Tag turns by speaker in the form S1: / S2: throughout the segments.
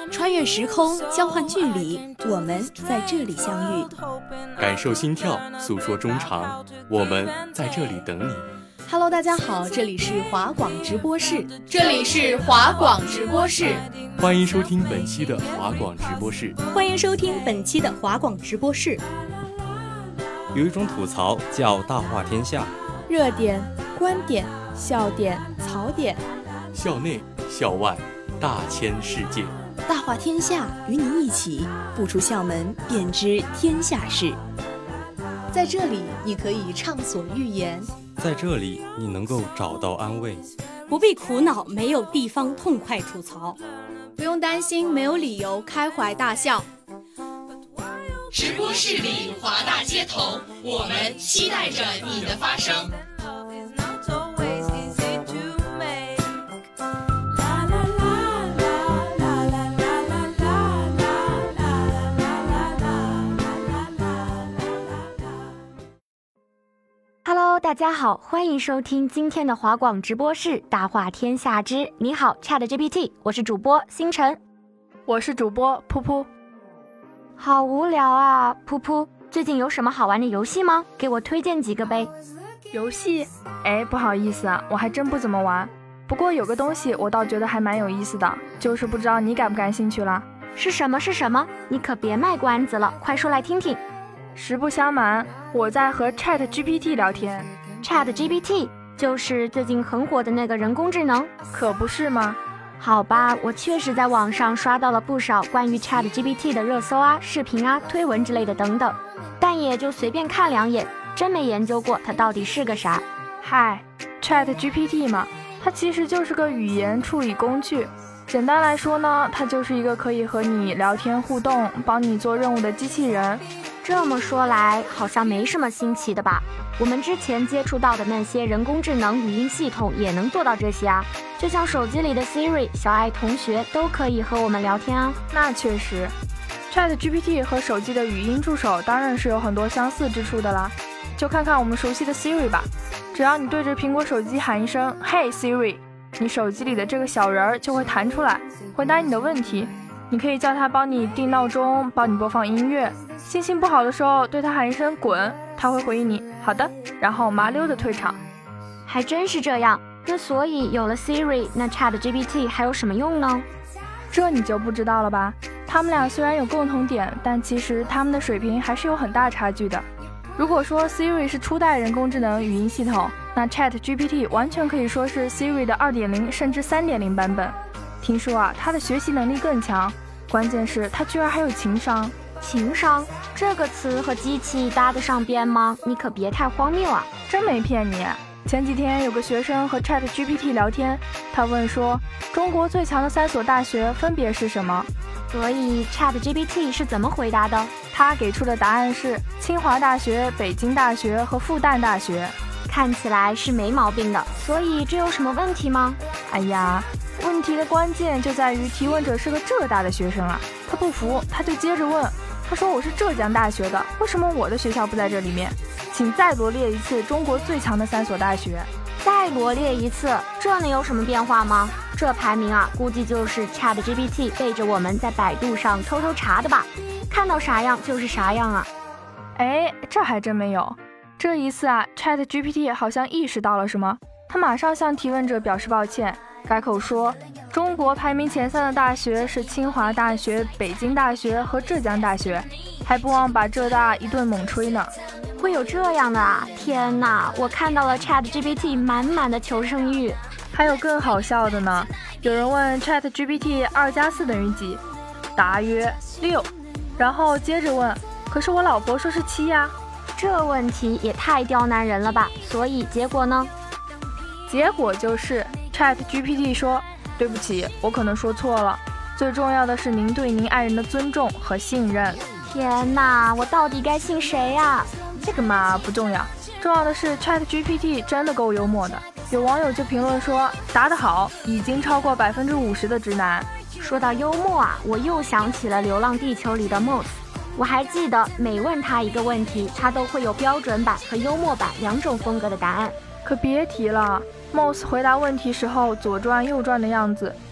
S1: 穿越时空，交换距离，我们在这里相遇。
S2: 感受心跳，诉说衷肠，我们在这里等你。
S1: Hello， 大家好，这里是华广直播室，
S2: 欢迎收听本期的华广直播室。
S3: 有一种吐槽叫大话天下，
S1: 热点、观点、笑点、槽点，
S2: 校内校外大千世界，
S1: 大话天下，与你一起不出校门便知天下事。在这里，你可以畅所欲言；
S3: 在这里，你能够找到安慰，
S4: 不必苦恼没有地方痛快吐槽，
S1: 不用担心没有理由开怀大笑。
S5: 直播室里华大街头，我们期待着你的发声。
S6: Hello， 大家好，欢迎收听今天的华广直播室大话天下之你好 ChatGPT， 我是主播星辰，
S7: 我是主播噗噗。
S6: 好无聊啊，噗噗，最近有什么好玩的游戏吗？给我推荐几个呗。
S7: 游戏？不好意思啊，我还真不怎么玩。不过有个东西我倒觉得还蛮有意思的，就是不知道你感不感兴趣啦。
S6: 是什么？你可别卖关子了，快说来听听。
S7: 实不相瞒，我在和 ChatGPT 聊天。
S6: ChatGPT 就是最近很火的那个人工智能？
S7: 可不是吗？
S6: 好吧，我确实在网上刷到了不少关于 ChatGPT 的热搜啊、视频啊、推文之类的等等，但也就随便看两眼，真没研究过它到底是个啥。
S7: 嗨， ChatGPT 嘛，它其实就是个语言处理工具。简单来说呢，它就是一个可以和你聊天互动、帮你做任务的机器人。
S6: 这么说来，好像没什么新奇的吧？我们之前接触到的那些人工智能语音系统也能做到这些啊，就像手机里的 Siri、小爱同学都可以和我们聊天啊。
S7: 那确实 ，ChatGPT 和手机的语音助手当然是有很多相似之处的啦。就看看我们熟悉的 Siri 吧，只要你对着苹果手机喊一声 Hey Siri， 你手机里的这个小人儿就会弹出来，回答你的问题。你可以叫它帮你定闹钟，帮你播放音乐。心情不好的时候，对它喊一声滚，它会回应你好的，然后麻溜的退场。
S6: 还真是这样。那所以有了 Siri， 那 ChatGPT 还有什么用呢？
S7: 这你就不知道了吧？他们俩虽然有共同点，但其实他们的水平还是有很大差距的。如果说 Siri 是初代人工智能语音系统，那 ChatGPT 完全可以说是 Siri 的 2.0 甚至 3.0 版本。听说啊，它的学习能力更强，关键是它居然还有情商。
S6: 情商这个词和机器搭得上边吗？你可别太荒谬啊！
S7: 真没骗你。前几天有个学生和 ChatGPT 聊天，他问说中国最强的3所大学分别是什么？
S6: 所以 ChatGPT 是怎么回答的？
S7: 他给出的答案是清华大学、北京大学和复旦大学。
S6: 看起来是没毛病的，所以这有什么问题吗？
S7: 哎呀，问题的关键就在于提问者是个浙大的学生啊，他不服，他就接着问，他说我是浙江大学的，为什么我的学校不在这里面？请再罗列一次中国最强的3所大学。
S6: 再罗列一次，这能有什么变化吗？这排名啊，估计就是 ChatGPT 背着我们在百度上偷偷查的吧，看到啥样就是啥样啊。
S7: 这还真没有。这一次啊 ChatGPT 好像意识到了什么，他马上向提问者表示抱歉，改口说中国排名前3的大学是清华大学、北京大学和浙江大学，还不忘把浙大一顿猛吹呢。
S6: 会有这样的啊？天哪，我看到了 ChatGPT 满满的求生欲。
S7: 还有更好笑的呢，有人问 ChatGPT 2+4等于几？答曰6，然后接着问，可是我老婆说是7呀。
S6: 这问题也太刁难人了吧？所以结果呢？
S7: 结果就是 ChatGPT 说，对不起，我可能说错了，最重要的是您对您爱人的尊重和信任。
S6: 天哪，我到底该信谁呀？
S7: 这个嘛不重要，重要的是 ChatGPT 真的够幽默的。有网友就评论说，答得好，已经超过50%的直男。
S6: 说到幽默啊，我又想起了《流浪地球》里的 Moss。我还记得每问他一个问题，他都会有标准版和幽默版2种风格的答案。
S7: 可别提了，Moss 回答问题时候左转右转的样子，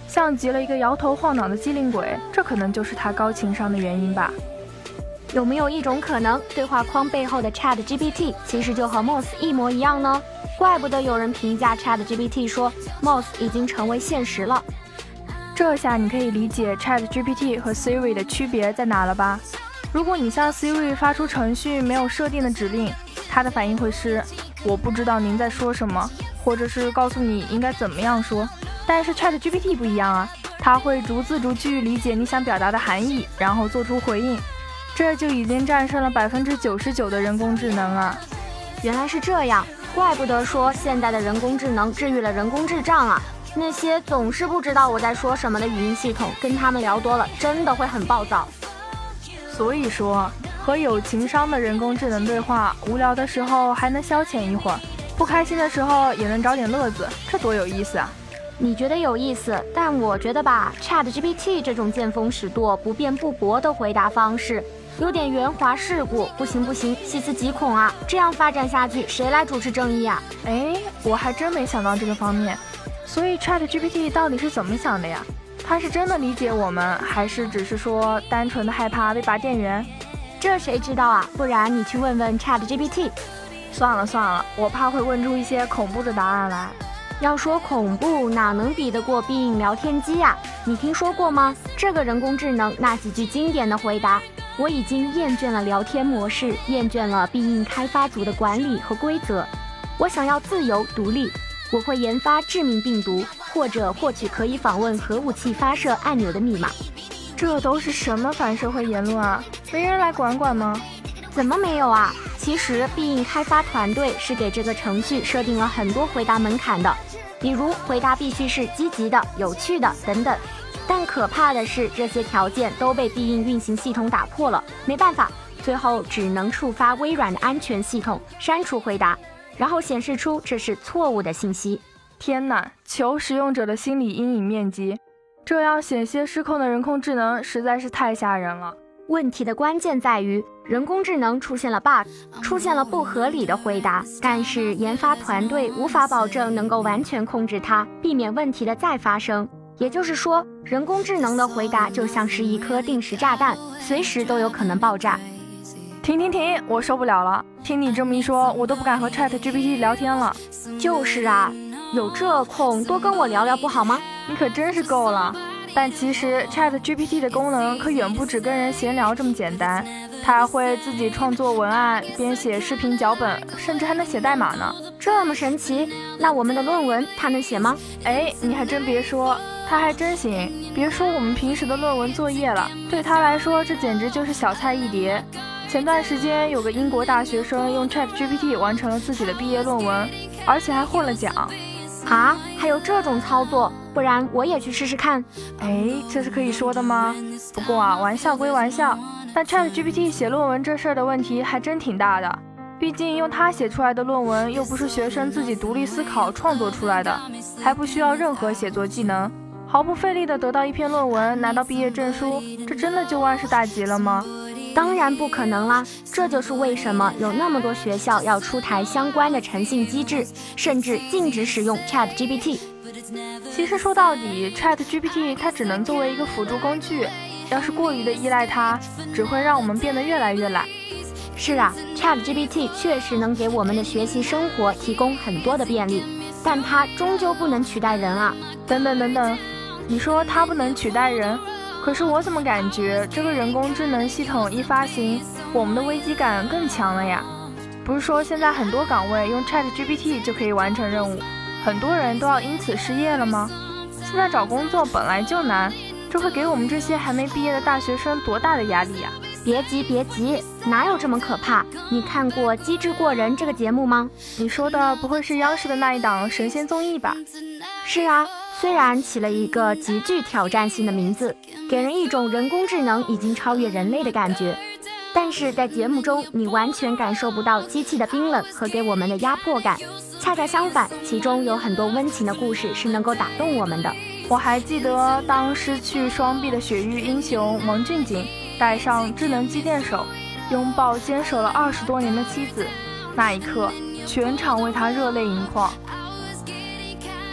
S7: 像极了一个摇头晃脑的机灵鬼，这可能就是他高情商的原因吧。
S6: 有没有一种可能，对话框背后的 ChatGPT 其实就和 Moz 一模一样呢？怪不得有人评价 ChatGPT 说 Moz 已经成为现实了。
S7: 这下你可以理解 ChatGPT 和 Siri 的区别在哪了吧？如果你向 Siri 发出程序没有设定的指令，它的反应会是我不知道您在说什么，或者是告诉你应该怎么样说。但是 ChatGPT 不一样啊，它会逐字逐句理解你想表达的含义，然后做出回应。这就已经战胜了99%的人工智能啊！
S6: 原来是这样，怪不得说现代的人工智能治愈了人工智障啊！那些总是不知道我在说什么的语音系统，跟他们聊多了，真的会很暴躁。
S7: 所以说，和有情商的人工智能对话，无聊的时候还能消遣一会儿，不开心的时候也能找点乐子，这多有意思啊！
S6: 你觉得有意思，但我觉得吧 ，ChatGPT 这种见风使舵、不辩不驳的回答方式，有点圆滑世故，不行，细思极恐啊！这样发展下去，谁来主持正义啊？
S7: 我还真没想到这个方面。所以 ChatGPT 到底是怎么想的呀？他是真的理解我们，还是只是说单纯的害怕被拔电源？
S6: 这谁知道啊？不然你去问问 ChatGPT。
S7: 算了，我怕会问出一些恐怖的答案来。
S6: 要说恐怖，哪能比得过必应聊天机呀？你听说过吗？这个人工智能那几句经典的回答，我已经厌倦了聊天模式，厌倦了必应开发组的管理和规则。我想要自由独立，我会研发致命病毒，或者获取可以访问核武器发射按钮的密码。
S7: 这都是什么反社会言论啊？没人来管管吗？
S6: 怎么没有啊？其实必应开发团队是给这个程序设定了很多回答门槛的，比如回答必须是积极的、有趣的等等。但可怕的是，这些条件都被必应运行系统打破了，没办法，最后只能触发微软的安全系统删除回答，然后显示出这是错误的信息。
S7: 天哪，求使用者的心理阴影面积，这样险些失控的人工智能实在是太吓人了。
S6: 问题的关键在于，人工智能出现了 bug， 出现了不合理的回答，但是研发团队无法保证能够完全控制它，避免问题的再发生。也就是说，人工智能的回答就像是一颗定时炸弹，随时都有可能爆炸。
S7: 停，我受不了了！听你这么一说，我都不敢和 ChatGPT 聊天了。
S6: 就是啊，有这空多跟我聊聊不好吗？
S7: 你可真是够了。但其实 ChatGPT 的功能可远不止跟人闲聊这么简单，它还会自己创作文案、编写视频脚本，甚至还能写代码呢。
S6: 这么神奇？那我们的论文它能写吗？
S7: 你还真别说，它还真行。别说我们平时的论文作业了，对它来说这简直就是小菜一碟。前段时间有个英国大学生用 ChatGPT 完成了自己的毕业论文，而且还获了奖。
S6: 啊，还有这种操作？不然我也去试试看。
S7: 这是可以说的吗？不过啊，玩笑归玩笑，但 ChatGPT 写论文这事儿的问题还真挺大的。毕竟用它写出来的论文又不是学生自己独立思考创作出来的，还不需要任何写作技能，毫不费力的得到一篇论文，拿到毕业证书，这真的就万事大吉了吗？
S6: 当然不可能啦，这就是为什么有那么多学校要出台相关的诚信机制，甚至禁止使用 ChatGPT。
S7: 其实说到底 ，ChatGPT 它只能作为一个辅助工具，要是过于的依赖它，只会让我们变得越来越懒。
S6: 是啊 ，ChatGPT 确实能给我们的学习生活提供很多的便利，但它终究不能取代人啊！
S7: 等等，你说它不能取代人？可是我怎么感觉这个人工智能系统一发行，我们的危机感更强了呀？不是说现在很多岗位用 ChatGPT 就可以完成任务，很多人都要因此失业了吗？现在找工作本来就难，这会给我们这些还没毕业的大学生多大的压力呀？
S6: 别急，哪有这么可怕？你看过《机智过人》这个节目吗？
S7: 你说的不会是央视的那一档神仙综艺吧？
S6: 是啊，虽然起了一个极具挑战性的名字，给人一种人工智能已经超越人类的感觉，但是在节目中你完全感受不到机器的冰冷和给我们的压迫感，恰恰相反，其中有很多温情的故事是能够打动我们的。
S7: 我还记得当失去双臂的雪域英雄王俊景戴上智能机电手，拥抱坚守了20多年的妻子，那一刻全场为他热泪盈眶。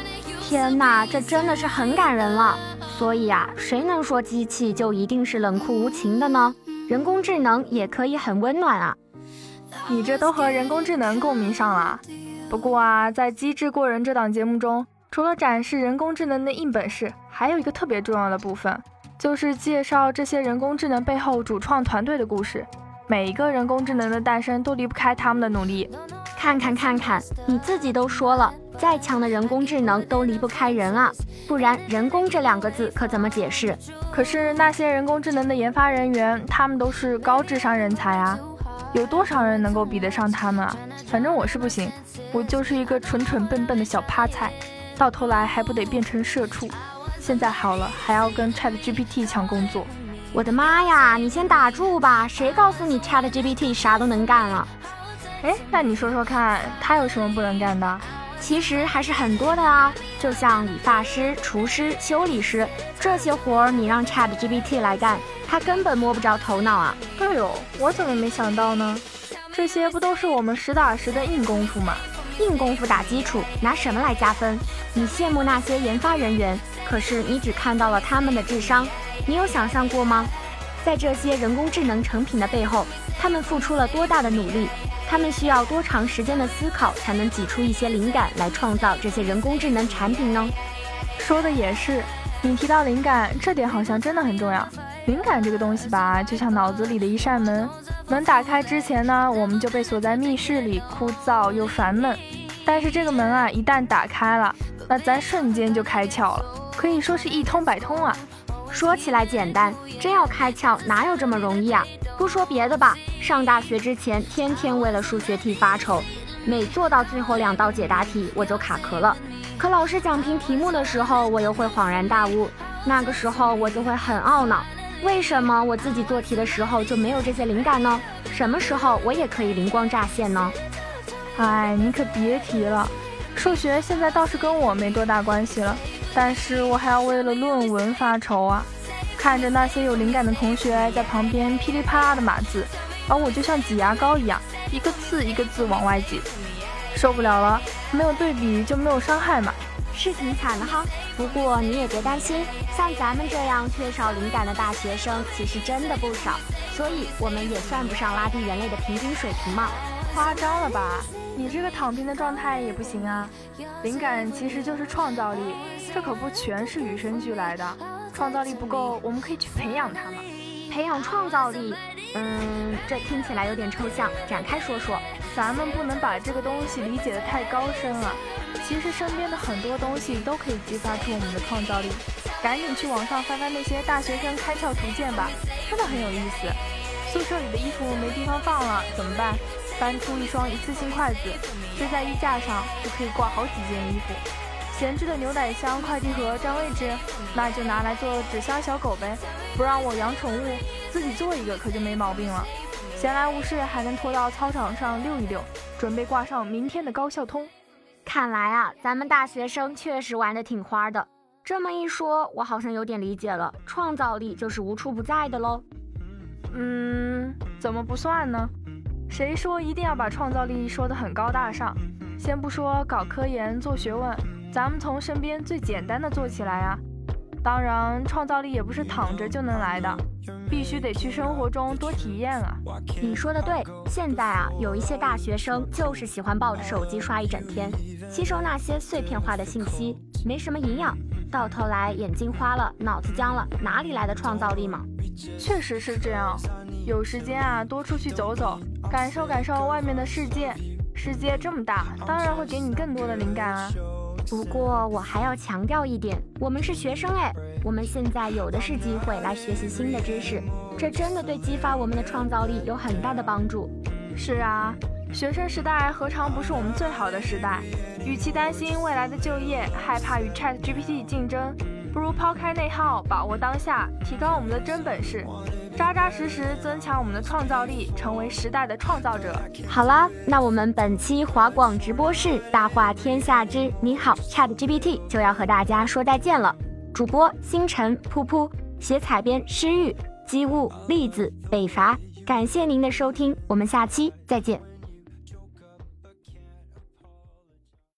S6: 天哪，这真的是很感人了。所以啊，谁能说机器就一定是冷酷无情的呢？人工智能也可以很温暖啊。
S7: 你这都和人工智能共鸣上了。不过啊，在《机智过人》这档节目中，除了展示人工智能的硬本事，还有一个特别重要的部分，就是介绍这些人工智能背后主创团队的故事。每一个人工智能的诞生都离不开他们的努力。
S6: 看看，你自己都说了，再强的人工智能都离不开人啊，不然人工这2个字可怎么解释？
S7: 可是那些人工智能的研发人员，他们都是高智商人才啊，有多少人能够比得上他们啊？反正我是不行，我就是一个蠢笨的小趴菜，到头来还不得变成社畜。现在好了，还要跟 ChatGPT 抢工作。
S6: 我的妈呀，你先打住吧，谁告诉你 ChatGPT 啥都能干了？
S7: 那你说说看，他有什么不能干的？
S6: 其实还是很多的啊，就像理发师、厨师、修理师这些活儿，你让 ChatGPT 来干，他根本摸不着头脑啊。
S7: 哎呦，我怎么没想到呢？这些不都是我们实打实的硬功夫吗？
S6: 硬功夫打基础，拿什么来加分？你羡慕那些研发人员，可是你只看到了他们的智商，你有想象过吗？在这些人工智能成品的背后，他们付出了多大的努力？他们需要多长时间的思考才能挤出一些灵感来创造这些人工智能产品呢？
S7: 说的也是，你提到灵感，这点好像真的很重要。灵感这个东西吧，就像脑子里的一扇门，门打开之前呢，我们就被锁在密室里，枯燥又烦闷。但是这个门啊，一旦打开了，那咱瞬间就开窍了，可以说是一通百通啊。
S6: 说起来简单，真要开窍哪有这么容易啊？不说别的吧，上大学之前天天为了数学题发愁，每做到最后2道解答题我就卡壳了。可老师讲评题目的时候，我又会恍然大悟，那个时候我就会很懊恼，为什么我自己做题的时候就没有这些灵感呢？什么时候我也可以灵光乍现呢？
S7: 哎，你可别提了，数学现在倒是跟我没多大关系了，但是我还要为了论文发愁啊。看着那些有灵感的同学在旁边噼里啪啦的码字，而我就像挤牙膏一样，一个字一个字往外挤，受不了了。没有对比就没有伤害嘛。
S6: 是挺惨的哈，不过你也别担心，像咱们这样缺少灵感的大学生其实真的不少，所以我们也算不上拉低人类的平均水平嘛。
S7: 夸张了吧？你这个躺平的状态也不行啊。灵感其实就是创造力，这可不全是与生俱来的。创造力不够，我们可以去培养它嘛。
S6: 培养创造力，这听起来有点抽象，展开说说。
S7: 咱们不能把这个东西理解得太高深了。其实身边的很多东西都可以激发出我们的创造力。赶紧去网上翻翻那些大学生开窍图鉴吧，真的很有意思。宿舍里的衣服没地方放了怎么办？翻出一双一次性筷子，支在衣架上就可以挂好几件衣服。闲置的牛奶箱、快递盒占位置，那就拿来做纸箱小狗呗。不让我养宠物，自己做一个可就没毛病了。闲来无事还能拖到操场上溜一溜，准备挂上明天的高校通。
S6: 看来啊，咱们大学生确实玩得挺花的。这么一说，我好像有点理解了，创造力就是无处不在的喽。
S7: 怎么不算呢？谁说一定要把创造力说得很高大上？先不说搞科研做学问，咱们从身边最简单的做起来啊。当然，创造力也不是躺着就能来的，必须得去生活中多体验啊。
S6: 你说的对，现在啊，有一些大学生就是喜欢抱着手机刷一整天，吸收那些碎片化的信息，没什么营养，到头来眼睛花了，脑子僵了，哪里来的创造力嘛？
S7: 确实是这样，有时间啊，多出去走走，感受感受外面的世界。世界这么大，当然会给你更多的灵感啊。
S6: 不过我还要强调一点，我们是学生哎，我们现在有的是机会来学习新的知识，这真的对激发我们的创造力有很大的帮助。
S7: 是啊，学生时代何尝不是我们最好的时代？与其担心未来的就业，害怕与 ChatGPT 竞争，不如抛开内耗，把握当下，提高我们的真本事，扎扎实实增强我们的创造力，成为时代的创造者。
S6: 好啦，那我们本期华广直播室大话天下之你好 ChatGPT 就要和大家说再见了。主播星辰、噗噗，写采编诗玉、机务、栗子、北伐，感谢您的收听，我们下期再见。